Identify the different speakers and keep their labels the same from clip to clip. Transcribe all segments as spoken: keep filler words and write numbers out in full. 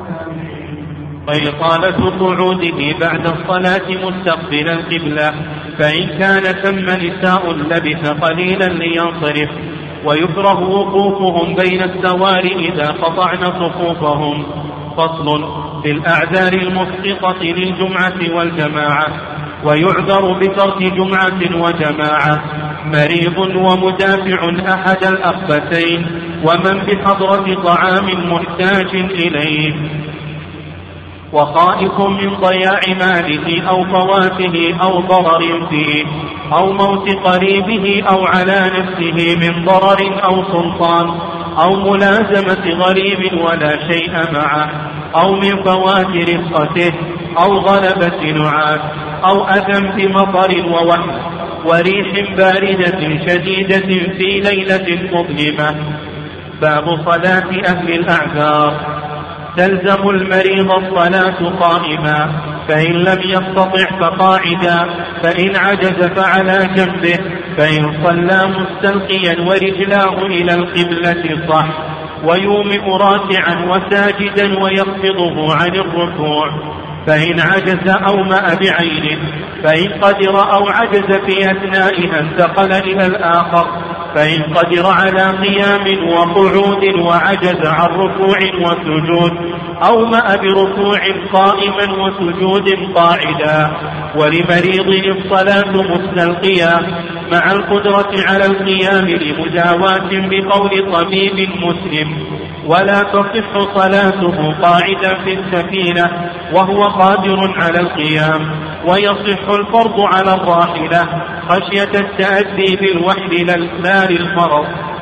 Speaker 1: وإطالة قعوده بعد الصلاة مستقبل القبلة، فإن كان ثم نساء لبث قليلا لينصرف. ويكره وقوفهم بين السوار إذا قطعن صفوفهم. فصل في الأعذار المسقطة للجمعة والجماعة. ويعذر بترك جمعة وجماعة مريض ومدافع أحد الأخبثين، ومن بحضرة طعام محتاج إليه، وخائف من ضياع ماله أو فواته أو ضرر فيه، أو موت قريبه أو على نفسه من ضرر أو سلطان، أو ملازمة غريب ولا شيء معه، أو من فوات رفقته، أو غلبة نعاس، أو أذى بمطر ووحل وريح باردة شديدة في ليلة مظلمة. باب صلاة أهل الأعذار. تلزم المريض الصلاة قائما، فإن لم يستطع فقاعدا، فإن عجز فعلى جنبه، فإن صلى مستلقيا ورجلاه إلى القبلة صح، ويومئ راكعا وساجدا ويخفضه عن الركوع، فإن عجز أومأ بعينه، فإن قدر أو عجز في أثنائها انتقل إلى الآخر، فإن قدر على قيام وقعود وعجز عن ركوع وسجود أومأ بركوع قائما وسجود قاعدا. ولمريض الصلاة مستلقيا مع القدرة على القيام لمداواة بقول طبيب مسلم، ولا تصح صلاته قاعدا في السفينة وهو قادر على القيام، ويصح الفرض على الراحلة خشية التأدي بالوحل لا للمرض.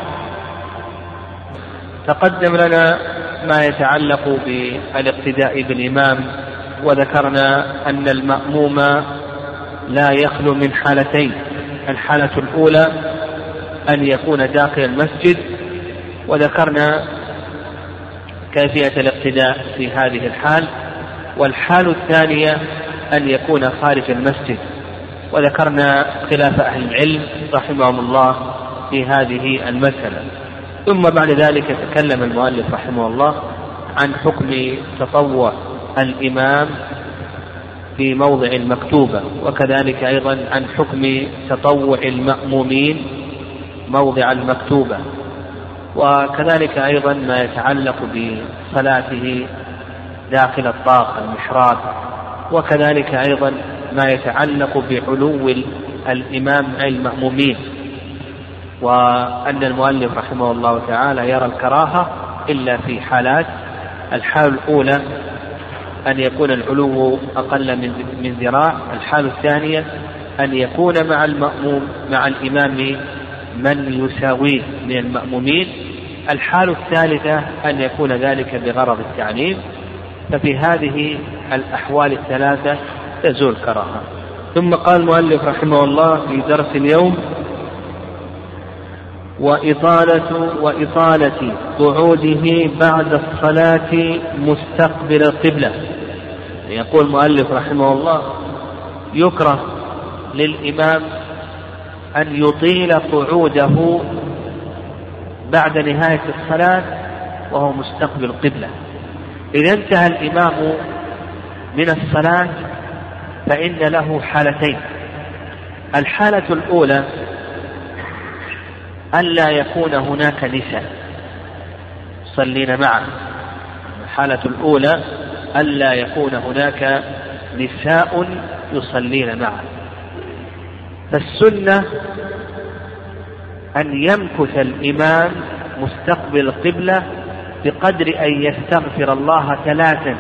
Speaker 2: تقدم لنا ما يتعلق بالاقتداء بالإمام، وذكرنا أن المأموم لا يخلو من حالتين. الحالة الأولى أن يكون داخل المسجد، وذكرنا كيفية الاقتداء في هذه الحال. والحال الثانية أن يكون خارج المسجد، وذكرنا خلاف أهل العلم رحمهم الله في هذه المسألة. ثم بعد ذلك تكلم المؤلف رحمه الله عن حكم تطوع الإمام في موضع المكتوبة، وكذلك أيضا عن حكم تطوع المأمومين موضع المكتوبة، وكذلك أيضا ما يتعلق بصلاته داخل الطاق المحراب، وكذلك أيضا ما يتعلق بعلو الإمام أي المأمومين، وأن المؤلف رحمه الله تعالى يرى الكراهة إلا في حالات. الحال الأولى أن يكون العلو أقل من ذراع. الحال الثانية أن يكون مع المأموم مع الإمام من يساويه من المأمومين. الحال الثالثة أن يكون ذلك بغرض التعليم. ففي هذه الأحوال الثلاثة تزول كراهة. ثم قال المؤلف رحمه الله في درس اليوم: وإطالة, وإطالة قعوده بعد الصلاة مستقبل القبلة. يقول المؤلف رحمه الله: يكره للإمام أن يطيل قعوده بعد نهاية الصلاة وهو مستقبل القبلة. إذا انتهى الإمام من الصلاة فإن له حالتين. الحالة الأولى ألا يكون هناك نساء يصلين معه. الحالة الأولى ألا يكون هناك نساء يصلين معه. فالسنة أن يمكث الإمام مستقبل القبلة بقدر أن يستغفر الله ثلاثا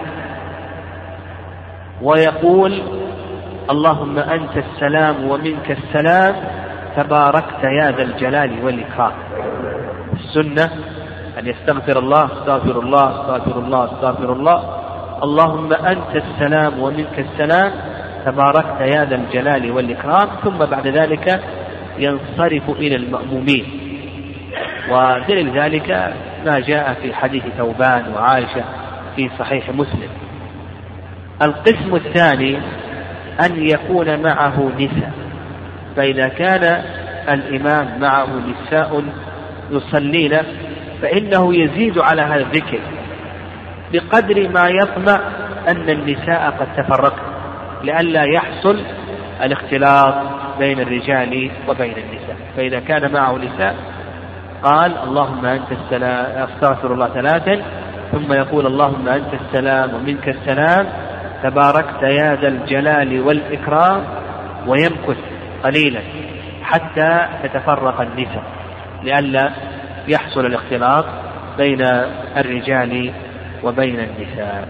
Speaker 2: ويقول: اللهم أنت السلام ومنك السلام تباركت يا ذا الجلال والإكرام. السنة أن يستغفر الله: استغفر الله استغفر الله استغفر الله، اللهم أنت السلام ومنك السلام تباركت يا ذا الجلال والإكرام، ثم بعد ذلك ينصرف إلى المأمومين. ودليل ذلك ما جاء في حديث ثوبان وعائشة في صحيح مسلم. القسم الثاني أن يكون معه نساء، فإذا كان الإمام معه نساء يصلين فإنه يزيد على هذا الذكر، بقدر ما يطمع أن النساء قد تفرقن، لئلا يحصل الاختلاط بين الرجال وبين النساء. فإذا كان معه نساء قال اللهم أنت السلام، أستغفر الله ثلاثا، ثم يقول اللهم أنت السلام ومنك السلام تباركت يا ذا الجلال والإكرام، ويمكث قليلا حتى تتفرق النساء لئلا يحصل الاختلاط بين الرجال وبين النساء.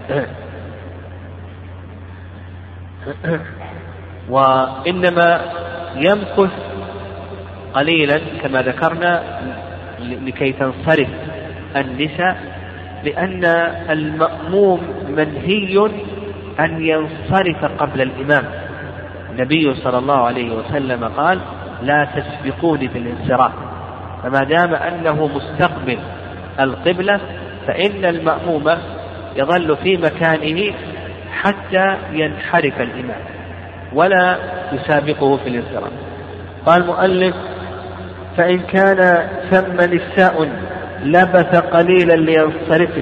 Speaker 2: وإنما يمكث قليلا كما ذكرنا لكي تنصرف النساء، لأن المأموم منهي أن ينصرف قبل الإمام. النبي صلى الله عليه وسلم قال لا تسبقوني بالانصراف، فما دام أنه مستقبل القبلة فإن المأموم يظل في مكانه حتى ينحرف الإمام ولا يسابقه في الانصراف. قال المؤلف فإن كان ثم نساء لبث قليلا لينصرفن،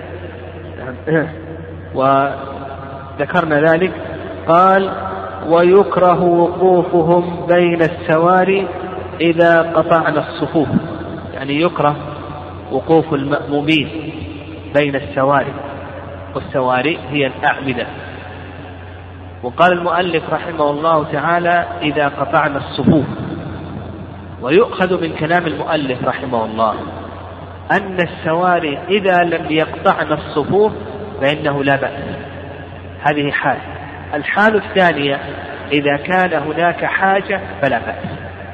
Speaker 2: وذكرنا ذلك. قال ويكره وقوفهم بين السواري إذا قطعنا الصفوف، يعني يكره وقوف المأمومين بين السواري، والسواري هي الأعمدة. وقال المؤلف رحمه الله تعالى إذا قطعنا الصفوف، ويؤخذ من كلام المؤلف رحمه الله أن السواري إذا لم يقطعن الصفوف فإنه لا بأس. هذه حال. الحال الثانية إذا كان هناك حاجة فلا بأس.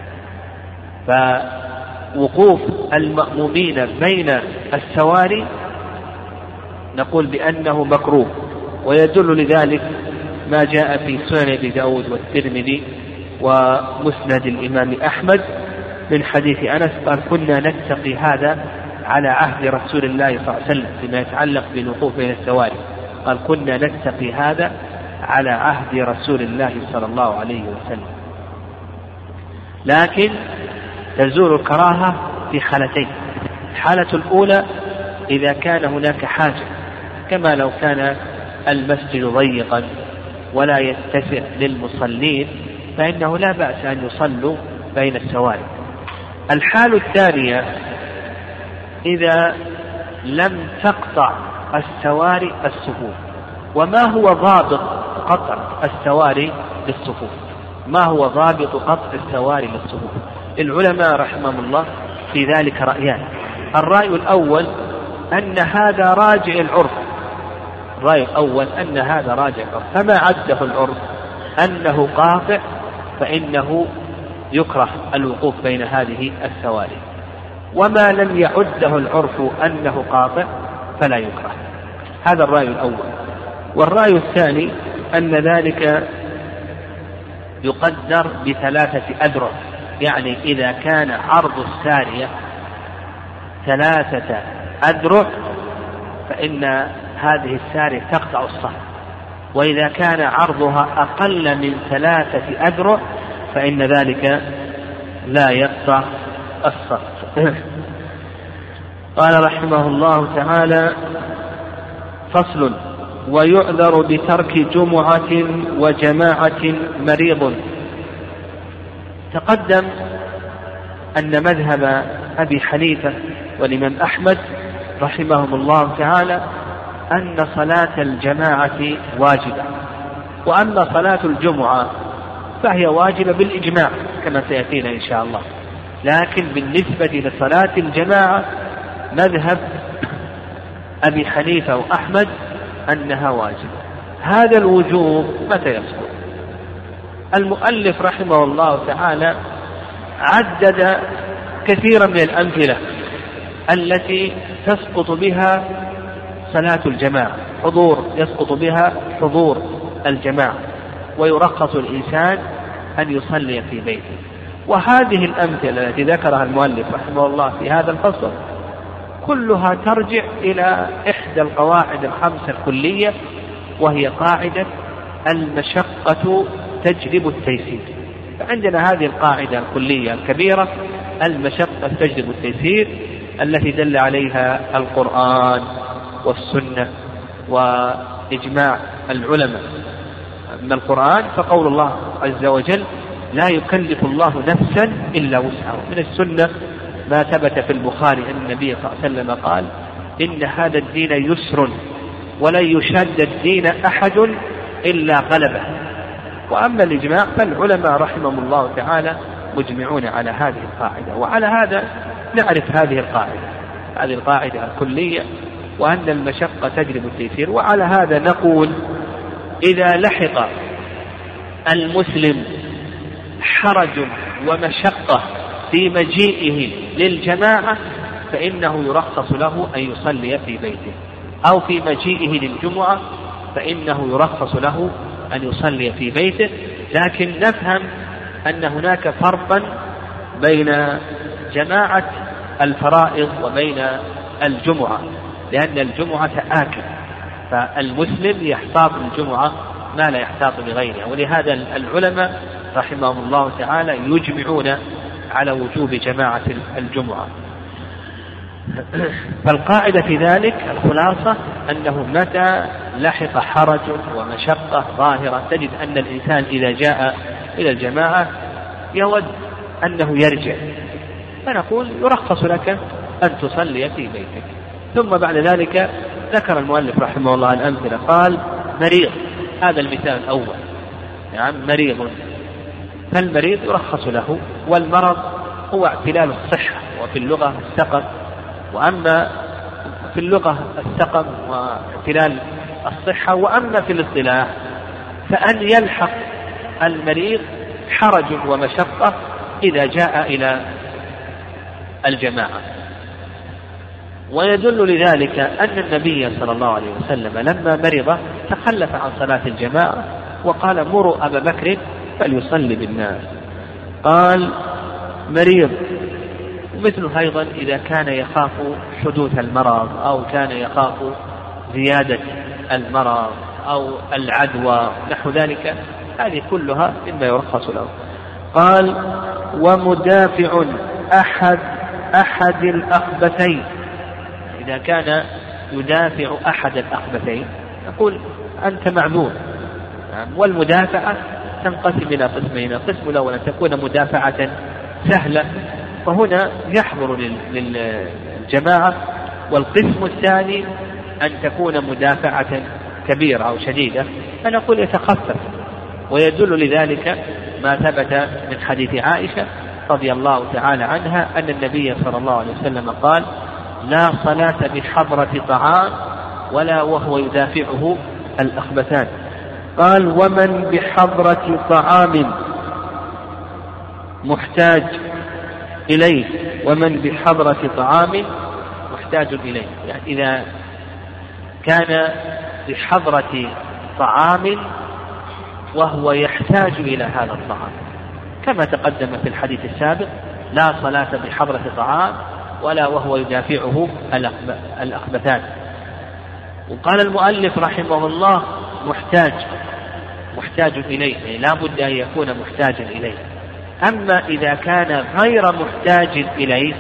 Speaker 2: فوقوف المأمومين بين السواري نقول بأنه مكروه، ويدل لذلك ما جاء في سنن أبي داود والترمذي ومسند الإمام أحمد من حديث أنس قال كنا نتقي هذا على عهد رسول الله صلى الله عليه وسلم فيما يتعلق بالوقوف بين السواري. قال كنا نتقي هذا على عهد رسول الله صلى الله عليه وسلم. لكن تزول الكراهة في حالتين. الحالة الأولى إذا كان هناك حاجة، كما لو كان المسجد ضيقا ولا يتسع للمصلين فإنه لا بأس أن يصلوا بين السواري. الحال الثانية إذا لم تقطع السواري الصفوف. وما هو ضابط قطع السواري للصفوف؟ ما هو ضابط قطع السواري للصفوف؟ العلماء رحمهم الله في ذلك رأيان. الرأي الأول أن هذا راجع العرف، الرأي الأول أن هذا راجع العرف، فما عده العرف أنه قاطع فإنه يكره الوقوف بين هذه السواري، وما لم يعده العرف أنه قاطع فلا يكره. هذا الرأي الأول. والرأي الثاني أن ذلك يقدر بثلاثة أذرع، يعني إذا كان عرض السارية ثلاثة أذرع فإن هذه السارية تقطع الصف، وإذا كان عرضها أقل من ثلاثة أذرع فإن ذلك لا يقطع الصف. قال رحمه الله تعالى فصل ويعذر بترك جمعة وجماعة مريض. تقدم أن مذهب أبي حنيفة والإمام أحمد رحمهم الله تعالى أن صلاة الجماعة واجبة، وأما صلاة الجمعة فهي واجبة بالإجماع كما سيأتينا إن شاء الله. لكن بالنسبة لصلاة الجماعة مذهب أبي حنيفة وأحمد أنها واجبة. هذا الوجوب متى يسقط؟ المؤلف رحمه الله تعالى عدد كثيرا من الأمثلة التي تسقط بها صلاة الجماعة، حضور يسقط بها حضور الجماعة، ويرخص الإنسان أن يصلي في بيته. وهذه الأمثلة التي ذكرها المؤلف رحمه الله في هذا الفصل كلها ترجع إلى إحدى القواعد الخمسة الكلية، وهي قاعدة المشقة تجلب التيسير. فعندنا هذه القاعدة الكلية الكبيرة المشقة تجلب التيسير التي دل عليها القرآن والسنة وإجماع العلماء من القرآن، فقول الله عز وجل لا يكلف الله نفسا إلا وسعها. من السنة ما ثبت في البخاري أن النبي صلى الله عليه وسلم قال إن هذا الدين يسر ولن يشد الدين أحد إلا غلبه. وأما الإجماع فالعلماء رحمهم الله تعالى مجمعون على هذه القاعدة، وعلى هذا نعرف هذه القاعدة هذه القاعدة الكلية، وأن المشقة تجلب التيسير. وعلى هذا نقول إذا لحق المسلم حرج ومشقة في مجيئه للجماعة فإنه يرخص له أن يصلي في بيته، أو في مجيئه للجمعة فإنه يرخص له أن يصلي في بيته. لكن نفهم أن هناك فرقا بين جماعة الفرائض وبين الجمعة، لأن الجمعة آكل، فالمسلم يحتاط الجمعة ما لا يحتاط بغيرها. ولهذا العلماء رحمهم الله تعالى يجمعون على وجوب جماعة الجمعة. فالقاعدة في ذلك الخلاصة أنه متى لحق حرج ومشقة ظاهرة تجد أن الإنسان إذا جاء إلى الجماعة يود أنه يرجع، فنقول يرخص لك أن تصلي في بيتك. ثم بعد ذلك ذكر المؤلف رحمه الله الأمثلة، قال مريض، هذا المثال الأول، يعني مريض، فالمريض يرخص له، والمرض هو اعتلال الصحة، وفي اللغة السقم، وأما في اللغة السقم واعتلال الصحة، وأما في الاصطلاح فأن يلحق المريض حرج ومشقة إذا جاء إلى الجماعة. ويدل لذلك أن النبي صلى الله عليه وسلم لما مرض تخلف عن صلاة الجماعة وقال مروا أبا بكر فليصلي بالناس. قال مريض. مثله أيضا إذا كان يخاف حدوث المرض أو كان يخاف زيادة المرض أو العدوى نحو ذلك، هذه كلها مما يرخص له. قال ومدافع أحد أحد الأخبثين، إذا كان يدافع أحد الأخبثين نقول أنت معذور. والمدافعة تنقسم إلى قسمين، القسم الأول أن تكون مدافعة سهلة فهنا يحضر للجماعة، والقسم الثاني أن تكون مدافعة كبيرة أو شديدة فنقول يتخفف. ويدل لذلك ما ثبت من حديث عائشة رضي الله تعالى عنها أن النبي صلى الله عليه وسلم قال لا صلاة بحضرة طعام ولا وهو يدافعه الأخبثان. قال ومن بحضرة طعام محتاج إليه، ومن بحضرة طعام محتاج إليه، يعني إذا كان بحضرة طعام وهو يحتاج إلى هذا الطعام، كما تقدم في الحديث السابق لا صلاة بحضرة طعام ولا وهو يدافعه الأخبثان. وقال المؤلف رحمه الله محتاج محتاج إليه، يعني لا بد أن يكون محتاجا إليه. أما إذا كان غير محتاج إليه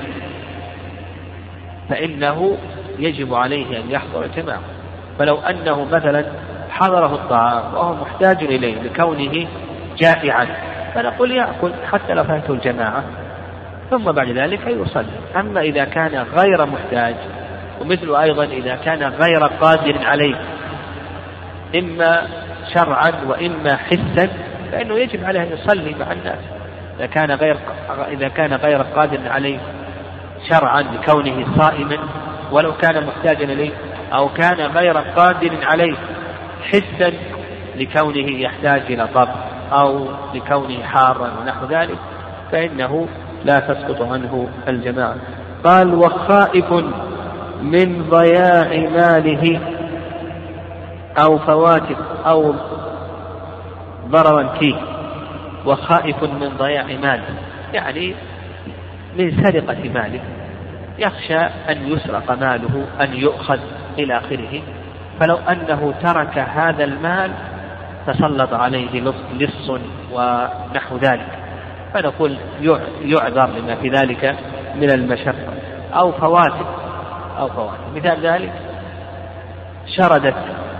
Speaker 2: فإنه يجب عليه أن يحضر الجماعة. فلو أنه مثلا حضره الطعام وهو محتاج إليه لكونه جائعا فنقول يأكل حتى لو فاته الجماعة ثم بعد ذلك يصلي. أما إذا كان غير محتاج، ومثل أيضا إذا كان غير قادر عليه إما شرعا وإما حسا فإنه يجب عليه أن يصلي مع الناس. إذا كان غير إذا كان غير قادر عليه شرعا لكونه صائما ولو كان محتاجا إليه، أو كان غير قادر عليه حسا لكونه يحتاج إلى طبخ أو لكونه حارا ونحو ذلك، فإنه لا تسقط عنه الجماعة. قال وخائف من ضياع ماله أو فواتك أو ضررا فيه. وخائف من ضياع ماله يعني من سرقة ماله، يخشى أن يسرق ماله أن يؤخذ إلى آخره، فلو أنه ترك هذا المال تسلط عليه لص ونحو ذلك، فنقول يعذر لما في ذلك من المشقة. أو فواتك أو فواتك مثال ذلك شردت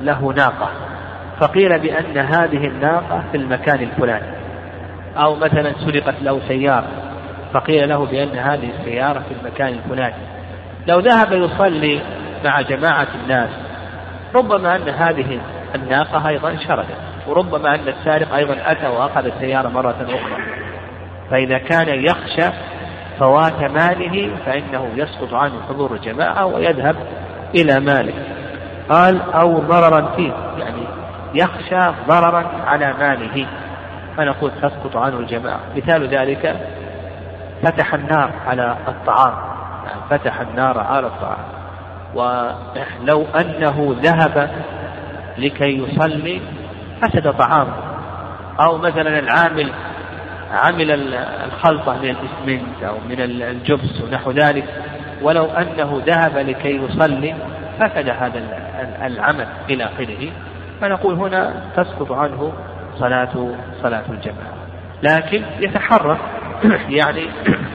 Speaker 2: له ناقة، فقيل بأن هذه الناقة في المكان الفلاني، أو مثلا سرقت له سيارة فقيل له بأن هذه السيارة في المكان الفلاني، لو ذهب يصلي مع جماعة الناس ربما أن هذه الناقة أيضا شردت، وربما أن السارق أيضا أتى وأخذ السيارة مرة أخرى، فإذا كان يخشى فوات ماله فإنه يسقط عنه حضور الجماعة ويذهب إلى ماله. قال أو ضررا فيه، يعني يخشى ضررا على ماله فنقول تسقط عنه الجماعة. مثال ذلك فتح النار على الطعام، يعني فتح النار على الطعام، ولو أنه ذهب لكي يصلي فسد طعامه، أو مثلا العامل عمل الخلطة من الإسمنت أو من الجبس ونحو ذلك، ولو أنه ذهب لكي يصلي فسد هذا العمل إلى آخره، فنقول هنا تسقط عنه صلاة صلاة الجماعة. لكن يتحرى يعني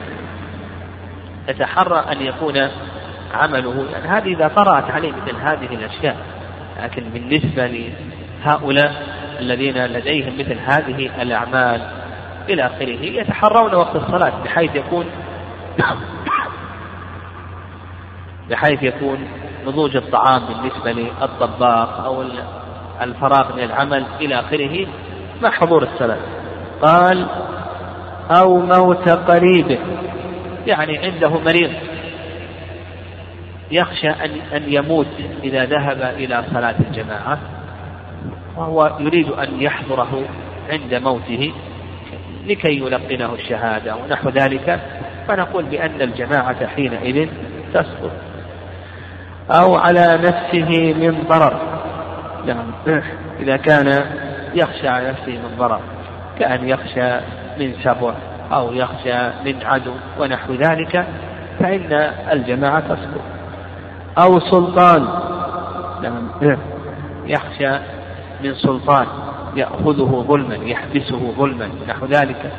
Speaker 2: يتحرى أن يكون عمله، يعني هذه إذا طرأت عليه مثل هذه الأشياء، لكن بالنسبة لهؤلاء الذين لديهم مثل هذه الأعمال إلى آخره يتحرون وقت الصلاة بحيث يكون بحيث يكون نضوج الطعام بالنسبة للطباخ أو الفراغ من العمل إلى آخره مع حضور الصلاة. قال أو موت قريبه، يعني عنده مريض يخشى أن يموت إذا ذهب إلى صلاة الجماعة وهو يريد أن يحضره عند موته لكي يلقنه الشهادة ونحو ذلك، فنقول بأن الجماعة حينئذ تسقط. أو على نفسه من ضرر، يعني إذا كان يخشى على نفسه من ضرر كأن يخشى من سبع أو يخشى من عدو ونحو ذلك فإن الجماعة تسقط. أو سلطان، يعني يخشى من سلطان يأخذه ظلما يحبسه ظلما نحو ذلك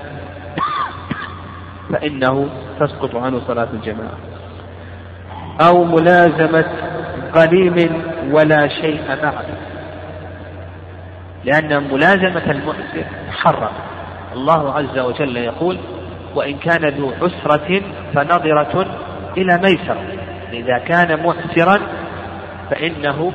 Speaker 2: فإنه تسقط عنه صلاة الجماعة. أو ملازمة قليل ولا شيء معه، لأن ملازمة المؤسر حرم. الله عز وجل يقول وإن كان ذو عسرة فنظرة إلى ميسر، إذا كان مؤسرا فإنه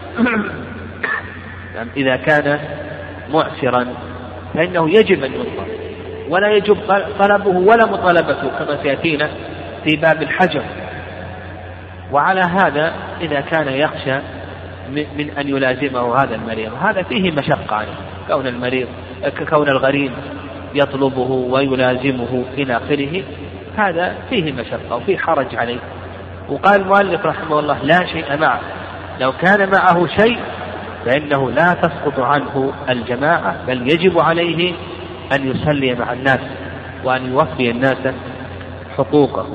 Speaker 2: إذا كان معسرا فإنه يجب أن يطلب ولا يجب طلبه ولا مطالبته كما سيأتينا في باب الحجر. وعلى هذا إذا كان يخشى من أن يلازمه هذا المريض هذا فيه مشقة عليه، كون المريض كون الغريب يطلبه ويلازمه إلى آخره هذا فيه مشقة وفيه حرج عليه. وقال المؤلف رحمه الله لا شيء معه، لو كان معه شيء فإنه لا تسقط عنه الجماعة بل يجب عليه أن يصلي مع الناس وأن يوفي الناس حقوقه.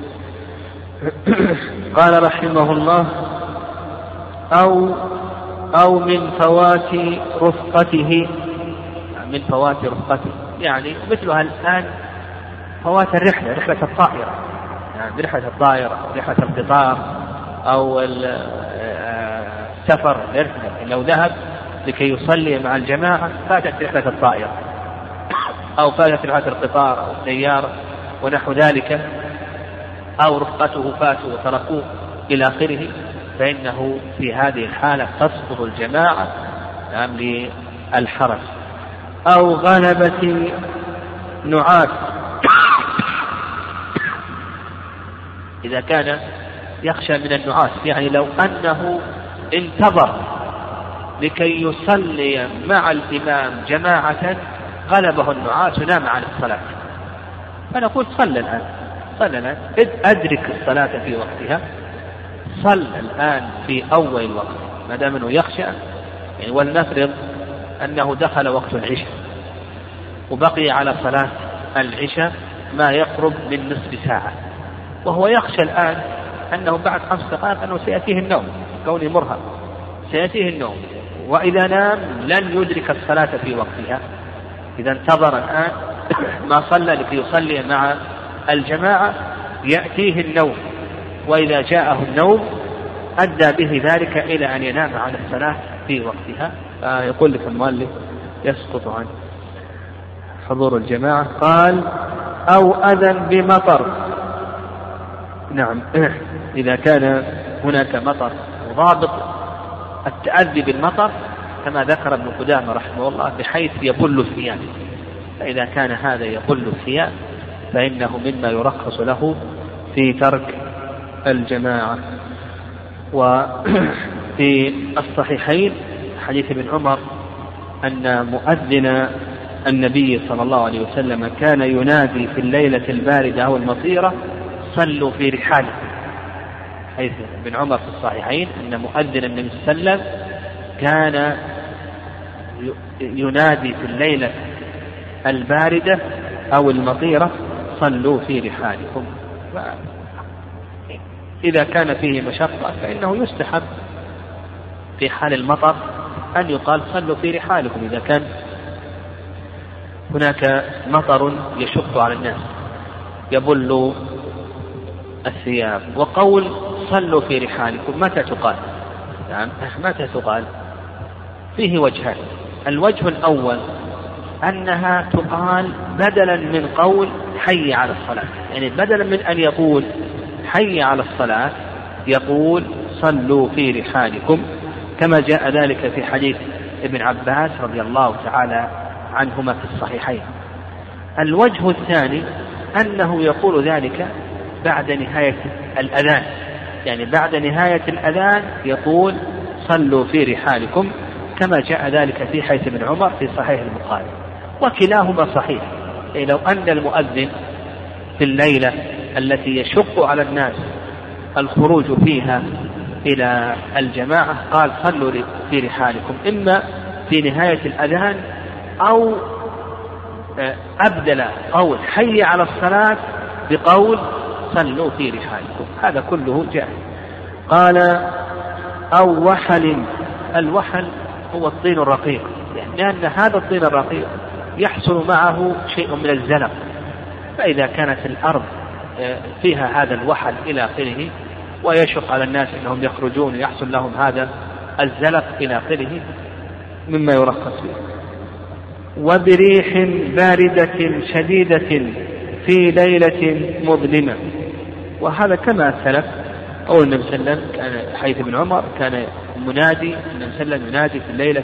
Speaker 2: قال رحمه الله أو أو من فوات رفقته، من فوات رفقته يعني مثلها الآن فوات الرحلة، رحلة الطائرة، يعني رحلة الطائرة أو رحلة القطار أو السفر الرحلة، لو ذهب لكي يصلي مع الجماعة فاتت رحلة الطائرة أو فاتت رحلة القطار أو السيارة ونحو ذلك، أو رفقته فاتوا وتركوه إلى آخره، فإنه في هذه الحالة تسقط الجماعة نعم للحرج. أو غلبة نعاس، إذا كان يخشى من النعاس، يعني لو أنه انتظر لكي يصلي مع الإمام جماعة غلبه النعاس ونام عن الصلاة، فنقول صل الآن صل الآن أدرك الصلاة في وقتها، صل الآن في أول الوقت ما دام أنه يخشى. يعني ولنفرض أنه دخل وقت العشاء وبقي على صلاة العشاء ما يقرب من نصف ساعة، وهو يخشى الآن أنه بعد خمس دقائق أنه سيأتيه النوم، كونه مرهق سيأتيه النوم، وإذا نام لن يدرك الصلاة في وقتها. إذا انتظر الآن ما صلى لكي يصلي مع الجماعة يأتيه النوم، وإذا جاءه النوم أدى به ذلك إلى أن ينام عن الصلاة في وقتها. يقول لك المؤلف يسقط عن حضور الجماعة. قال أو أذن بمطر. نعم، إذا كان هناك مطر، وضابط التأذي بالمطر كما ذكر ابن قدامة رحمه الله بحيث يبل الثياب، فإذا كان هذا يبل الثياب فإنه مما يرخص له في ترك الجماعة. وفي الصحيحين حديث ابن عمر أن مؤذن النبي صلى الله عليه وسلم كان ينادي في الليلة الباردة أو المطيرة صلوا في رحالكم. حيث ابن عمر في الصحيحين أن مؤذن النبي صلى الله عليه وسلم كان ينادي في الليلة الباردة أو المطيرة صلوا في رحالكم. إذا كان فيه مشقة فإنه يستحب في حال المطر أن يقال صلوا في رحالكم إذا كان هناك مطر يشق على الناس يبل الثياب. وقول صلوا في رحالكم متى تقال؟ يعني متى تقال؟ فيه وجهان. الوجه الأول أنها تقال بدلا من قول حي على الصلاة، يعني بدلا من أن يقول حي على الصلاة يقول صلوا في رحالكم، كما جاء ذلك في حديث ابن عباس رضي الله تعالى عنهما في الصحيحين. الوجه الثاني أنه يقول ذلك بعد نهاية الأذان، يعني بعد نهاية الأذان يقول صلوا في رحالكم، كما جاء ذلك في حديث ابن عمر في صحيح البخاري. وكلاهما صحيح. إيه لو أن المؤذن في الليلة التي يشق على الناس الخروج فيها إلى الجماعة قال صلوا في رحالكم، إما في نهاية الأذان أو أبدل قول حي على الصلاة بقول صلوا في رحالكم، هذا كله جاء. قال أو وحل. الوحل هو الطين الرقيق، لأن هذا الطين الرقيق يحصل معه شيء من الزلق، فإذا كانت الأرض فيها هذا الوحل إلى آخره ويشق على الناس أنهم يخرجون ويحصل لهم هذا الزلق إلى آخره مما يرخص به. وبريح باردة شديدة في ليلة مظلمة. وهذا كما سلف أو النبي صلى الله عليه وسلم كان حيث ابن عمر كان منادي النبي صلى الله عليه وسلم ينادي في الليلة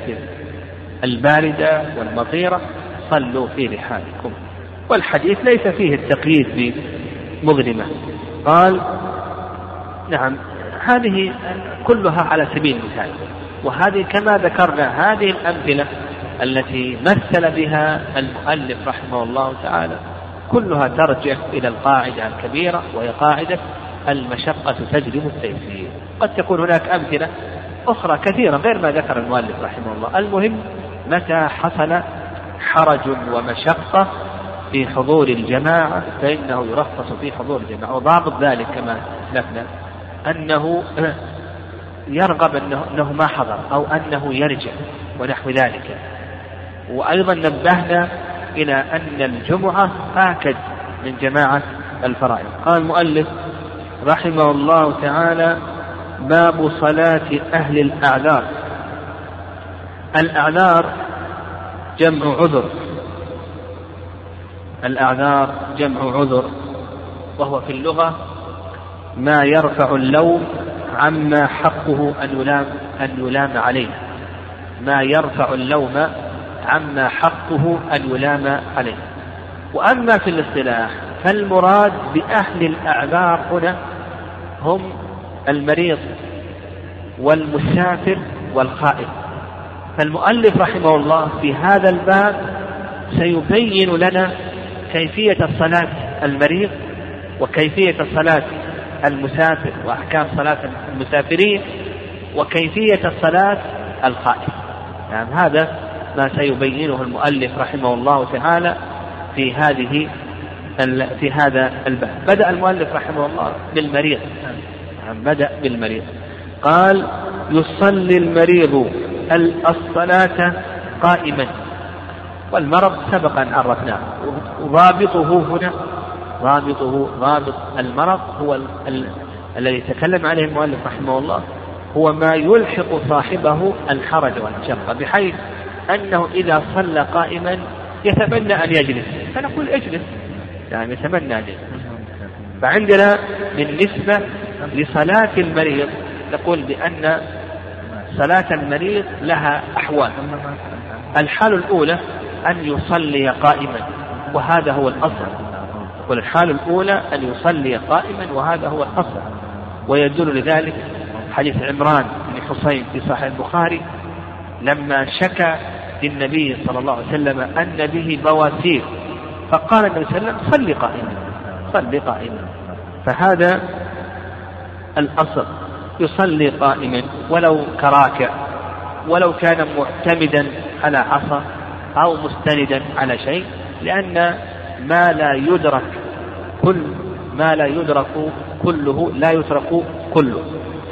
Speaker 2: الباردة والمطيرة صلوا في رحالكم. والحديث ليس فيه التقييد بمظلمة. قال نعم، هذه كلها على سبيل المثال، وهذه كما ذكرنا هذه الأمثلة التي مثل بها المؤلف رحمه الله تعالى كلها ترجع إلى القاعدة الكبيرة، وهي قاعدة المشقة تجلب التيسير. قد تكون هناك أمثلة أخرى كثيرة غير ما ذكر المؤلف رحمه الله. المهم متى حصل حرج ومشقة في حضور الجماعة فإنه يرخص في حضور الجماعة. وضابط ذلك كما أسلفنا أنه يرغب أنه, أنه ما حضر أو أنه يرجع ونحو ذلك. وأيضا نبهنا إلى أن الجمعة آكد من جماعة الفرائض. قال المؤلف رحمه الله تعالى باب صلاة أهل الأعذار. الأعذار جمع عذر، الأعذار جمع عذر، وهو في اللغة ما يرفع اللوم عما حقه أن يلام, أن يلام عليه، ما يرفع اللوم عما حقه أن يلام عليه. وأما في الاصطلاح فالمراد بأهل الأعذار هنا هم المريض والمسافر والخائف. فالمؤلف رحمه الله في هذا الباب سيبين لنا كيفية الصلاة المريض وكيفية الصلاة المسافر وأحكام صلاة المسافرين وكيفية الصلاة الخائف. يعني هذا ما سيبينه المؤلف رحمه الله تعالى في هذه في هذا الباب. بدأ المؤلف رحمه الله بالمريض، بدأ بالمريض. قال يصلي المريض الصلاة قائما. والمرض سبقا عرفناه، ضابطه هنا ضابطه ضابط المرض هو ال... ال... الذي تكلم عليه المؤلف رحمه الله هو ما يلحق صاحبه الحرج والمشقة، بحيث أنه إذا صلى قائما يتمنى أن يجلس، فنقول اجلس، يعني يتمنى أن يجلس. فعندنا بالنسبة لصلاة المريض نقول بأن صلاة المريض لها أحوال. الحال الأولى أن يصلي قائما، وهذا هو الأصل. والحال الأولى أن يصلي قائما، وهذا هو الأصل. ويدل لذلك حديث عمران بن حسين في صحيح البخاري لما شكى للنبي صلى الله عليه وسلم أن به بواسير، فقال النبي صلى الله عليه وسلم صل قائما، صل قائما. فهذا الأصل، يصلي قائما ولو كراكع، ولو كان معتمدا على عصا أو مستندا على شيء، لأن ما لا يدرك كل ما لا يدرك كله لا يترك كله.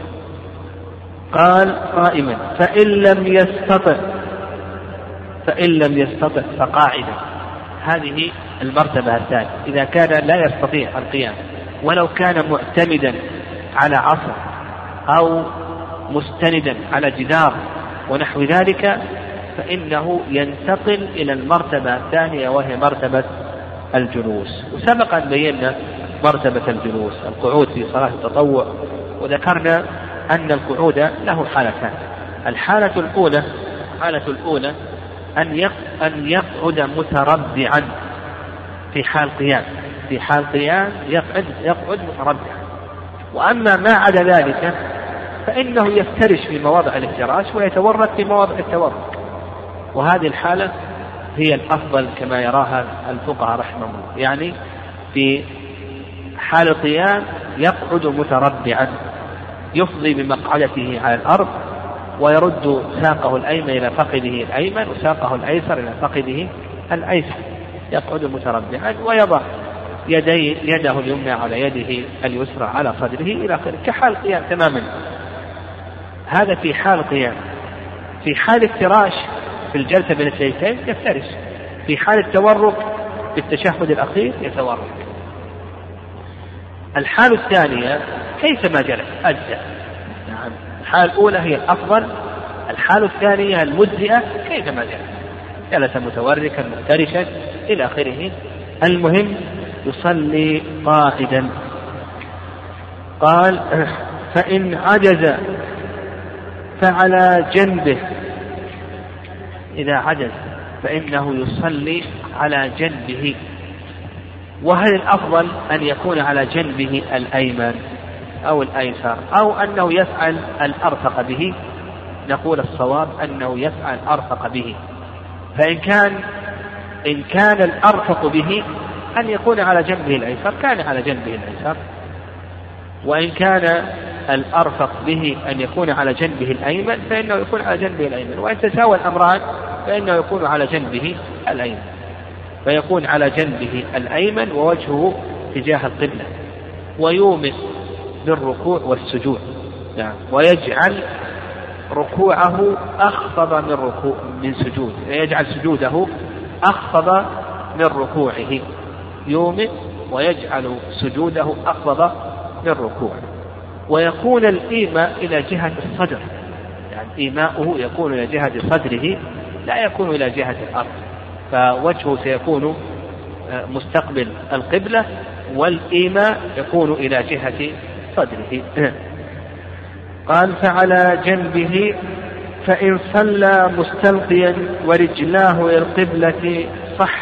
Speaker 2: قال قائما، فإن لم يستطع فإن لم يستطع فقاعدا. هذه المرتبة الثانية، إذا كان لا يستطيع القيام ولو كان معتمدا على عصا أو مستندا على جدار ونحو ذلك، فإنه ينتقل إلى المرتبة الثانية وهي مرتبة الجلوس. وسبق أن بينا مرتبة الجلوس، القعود في صلاة التطوع، وذكرنا أن القعود له حالتان. الحالة الأولى الحالة الأولى أن أن يقعد متربعا في حال قيام، في حال قيام يقعد يقعد متربعا. وأما ما عدا ذلك فإنه يفترش في مواضع الافتراش ويتورك في مواضع التورك، وهذه الحالة هي الأفضل كما يراها الفقهاء رحمهم الله. يعني في حال القيام يقعد متربعا، يفضي بمقعدته على الأرض ويرد ساقه الأيمن إلى فخذه الأيمن وساقه الأيسر إلى فخذه الأيسر، يقعد متربعا ويضع يدي يده اليمنى على يده اليسرى على صدره إلى آخره، كحال القيام تماما. هذا في حال القيام. في حال افتراش في الجلسة بين السجدتين يفترش، في حال التورك في التشهد الأخير يتورك. الحالة الثانية كيفما جلس أجزاء. نعم. الحالة الأولى هي الأفضل، الحالة الثانية المجزئة كيفما جلس، جلس متوركا مفترشا إلى آخره. المهم يصلي قاعدا. قال فإن عجز فعلى جنبه، إذا عجز فإنه يصلي على جنبه. وهل الأفضل أن يكون على جنبه الأيمن أو الأيسر، أو أنه يفعل الأرفق به؟ نقول الصواب أنه يفعل الأرفق به. فإن كان إن كان الأرفق به أن يكون على جنبه الأيسر كان على جنبه الأيسر، وإن كان الأرفق به أن يكون على جنبه الأيمن فإنه يكون على جنبه الأيمن، وإن تساوى الأمران فإنه يكون على جنبه الأيمن، فيكون على جنبه الأيمن ووجهه تجاه القبلة، ويومئ بالركوع والسجود، يعني ويجعل ركوعه أخفض من ركوع من سجود، يجعل سجوده أخفض من ركوعه، يومئ ويجعل سجوده أخفض من ركوعه. ويكون الإيماء إلى جهة الصدر، يعني إيماؤه يكون إلى جهة صدره لا يكون إلى جهة الأرض، فوجهه سيكون مستقبل القبلة، والإيماء يكون إلى جهة صدره. قال فعلى جنبه، فإن صلى مستلقيا ورجلاه إلى القبلة صح.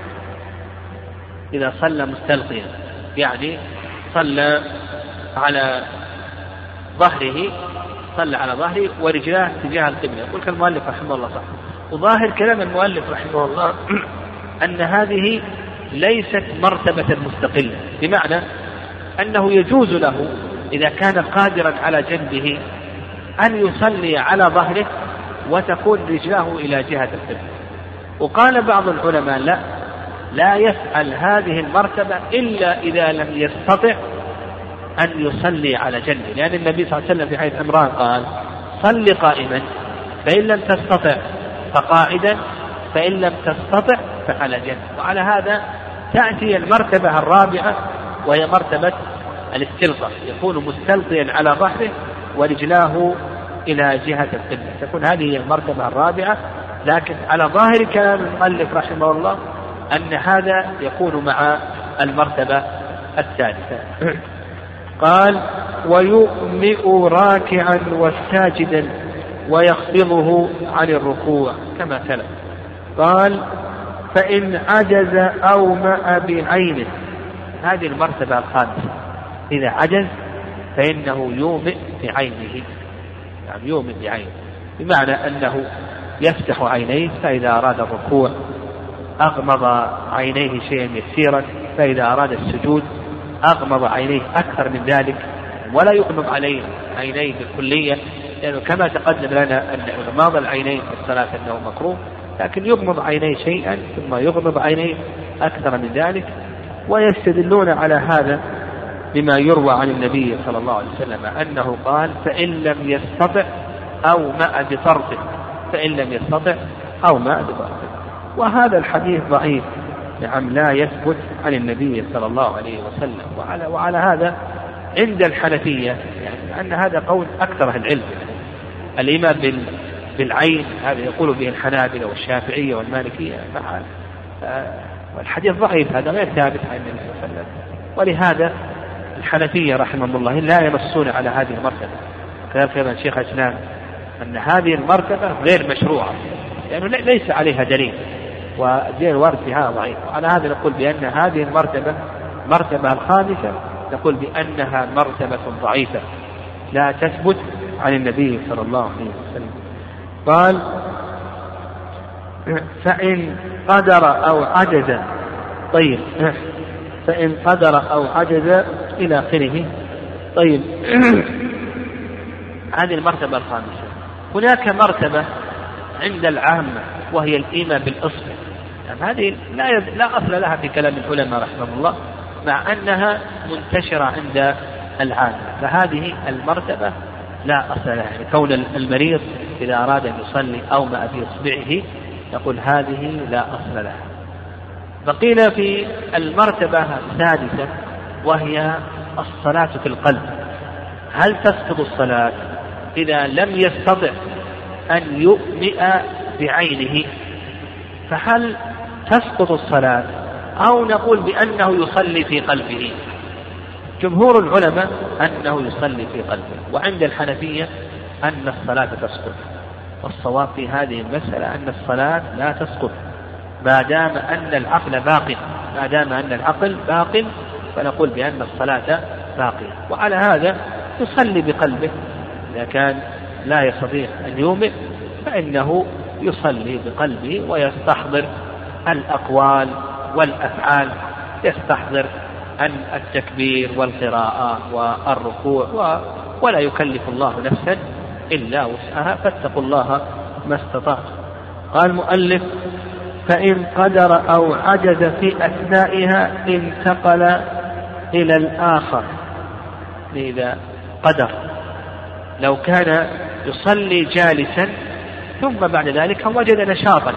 Speaker 2: إذا صلى مستلقيا يعني صلى على ظهره، صلى على ظهره ورجلاه تجاه القبلة، يقول كالمؤلف رحمه الله صح. وظاهر كلام المؤلف رحمه الله أن هذه ليست مرتبة مستقلة، بمعنى أنه يجوز له إذا كان قادرا على جنبه أن يصلي على ظهره وتكون رجلاه إلى جهة القبلة. وقال بعض العلماء لا لا يفعل هذه المرتبة إلا إذا لم يستطع أن يصلي على جنبه، لأن النبي صلى الله عليه وسلم في حديث عمران قال صل قائما، فإن لم تستطع فقاعدا، فإن لم تستطع فعلى جنب. وعلى هذا تأتي المرتبة الرابعة وهي مرتبة الاستلقاء، يكون مستلقيا على ظهره ورجلاه إلى جهة القبلة، تكون هذه المرتبة الرابعة. لكن على ظاهر كلام المؤلف رحمه الله أن هذا يكون مع المرتبة الثالثة. قال: ويؤمئ راكعا والساجدا ويخفضه عن الركوع كما تلا. قال: فإن عجز أومأ بعينه، هذه المرتبة الخامسة. إذا عجز فإنه يومئ بعينه، يعني يومئ بعينه بمعنى أنه يفتح عينيه فإذا أراد الركوع، أغمض عينيه شيئا يسيرا، فإذا أراد السجود أغمض عينيه أكثر من ذلك، ولا يغمض عليه عينيه بالكلية، لأنه كما تقدم لنا أن إغماض العينين في الصلاة أنه مكروه، لكن يغمض عينيه شيئا ثم يغمض عينيه أكثر من ذلك. ويستدلون على هذا بما يروى عن النبي صلى الله عليه وسلم أنه قال: فإن لم يستطع أومأ بطرفه، فإن لم يستطع أومأ بطرفه. وهذا الحديث ضعيف، نعم، لا يثبت عن النبي صلى الله عليه وسلم. وعلى, وعلى هذا عند الحنفية يعني أن هذا قول أكثر أهل العلم. الإيمان بالعين هذا يقول به الحنابلة والشافعية والمالكية، والحديث ضعيف، هذا غير ثابت عن النبي صلى الله عليه وسلم. ولهذا الحنفية رحمهم الله لا ينصون على هذه المرتبة. كذلك أيضا شيخ الإسلام أن هذه المرتبة غير مشروعة، لأنه يعني ليس عليها دليل، ودين الورد فيها ضعيف. على هذا نقول بأن هذه المرتبة مرتبة الخامسة نقول بأنها مرتبة ضعيفة لا تثبت عن النبي صلى الله عليه وسلم. قال: فإن قدر أو عجز، طيب، فإن قدر أو عجز إلى آخره. طيب، هذه المرتبة الخامسة. هناك مرتبة عند العامة وهي الإيمان بالإصبع، يعني هذه لا يز... لا أصل لها في كلام العلماء رحمه الله، مع أنها منتشرة عند العامة، فهذه المرتبة لا أصل لها. يعني كون المريض إذا أراد أن يصلي أومأ بإصبعه يقول هذه لا أصل لها. بقينا في المرتبة السادسة وهي الصلاة في القلب. هل تسقط الصلاة إذا لم يستطع أن يؤمئ بعينه؟ فهل تسقط الصلاة أو نقول بأنه يصلي في قلبه؟ جمهور العلماء أنه يصلي في قلبه، وعند الحنفية أن الصلاة تسقط. والصواب في هذه المسألة أن الصلاة لا تسقط ما دام أن العقل باق، ما دام أن العقل باق فنقول بأن الصلاة باقية. وعلى هذا يصلي بقلبه، إذا كان لا يستطيع أن يؤمن فإنه يصلي بقلبه ويستحضر الأقوال والأفعال، يستحضر أن التكبير والقراءة والركوع، ولا يكلف الله نفسا إلا وسعها، فاتقوا الله ما استطعتم. قال المؤلف: فإن قدر أو عجز في أثنائها انتقل إلى الآخر. إذا قدر، لو كان يصلي جالسا ثم بعد ذلك وجد نشاطا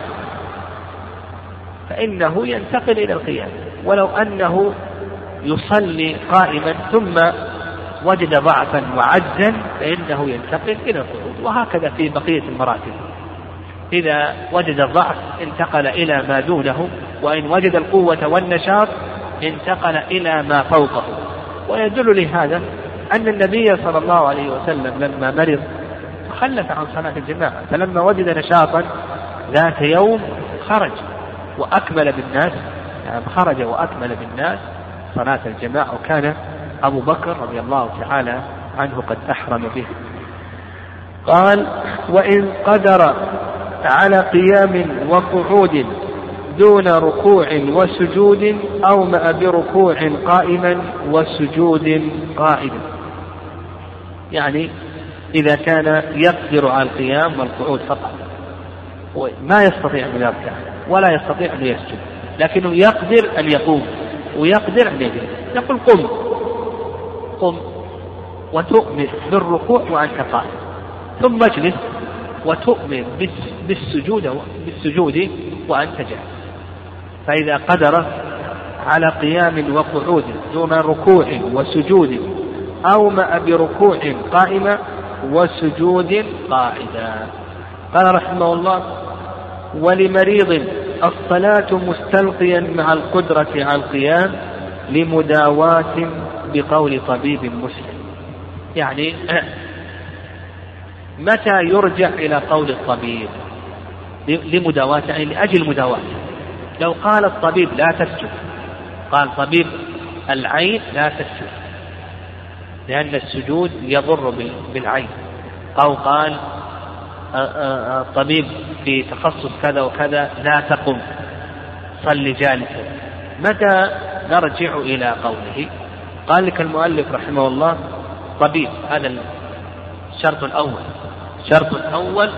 Speaker 2: فإنه ينتقل إلى القيام، ولو أنه يصلي قائما ثم وجد ضعفا وعجزا فإنه ينتقل إلى القعود، وهكذا في بقية المراتب. إذا وجد الضعف انتقل إلى ما دونه، وإن وجد القوة والنشاط انتقل إلى ما فوقه. ويدل لهذا أن النبي صلى الله عليه وسلم لما مرض خلف عن صلاة الجماعة، فلما وجد نشاطا ذات يوم خرج وأكمل بالناس، يعني خرج وأكمل بالناس صلاة الجماعة، وكان أبو بكر رضي الله تعالى عنه قد أحرم به. قال: وإن قدر على قيام وقعود دون ركوع وسجود أومأ بركوع قائما وسجود قائما. يعني إذا كان يقدر على القيام والقعود فقط، ما يستطيع أن يركع ولا يستطيع أن يسجد، لكنه يقدر أن يقوم ويقدر أن يجلس، يقول قم قم وتؤمن بالركوع وأنت قائم، ثم اجلس وتؤمن بالسجود بالسجود وأنت جالس. فإذا قدر على قيام وقعود دون ركوع وسجود أومأ بركوع قائما وسجود قاعدا. قال رحمه الله: ولمريض الصلاة مستلقيا مع القدرة على القيام لمداواة بقول طبيب مسلم. يعني متى يرجع إلى قول الطبيب؟ لمداواة، يعني لأجل مداواة. لو قال الطبيب لا تسجد، قال طبيب العين لا تسجد لأن السجود يضر بالعين، أو قال الطبيب في تخصص كذا وكذا لا تقم صل جالسا، متى نرجع إلى قوله؟ قال لك المؤلف رحمه الله: طبيب، هذا الشرط الأول. الشرط الأول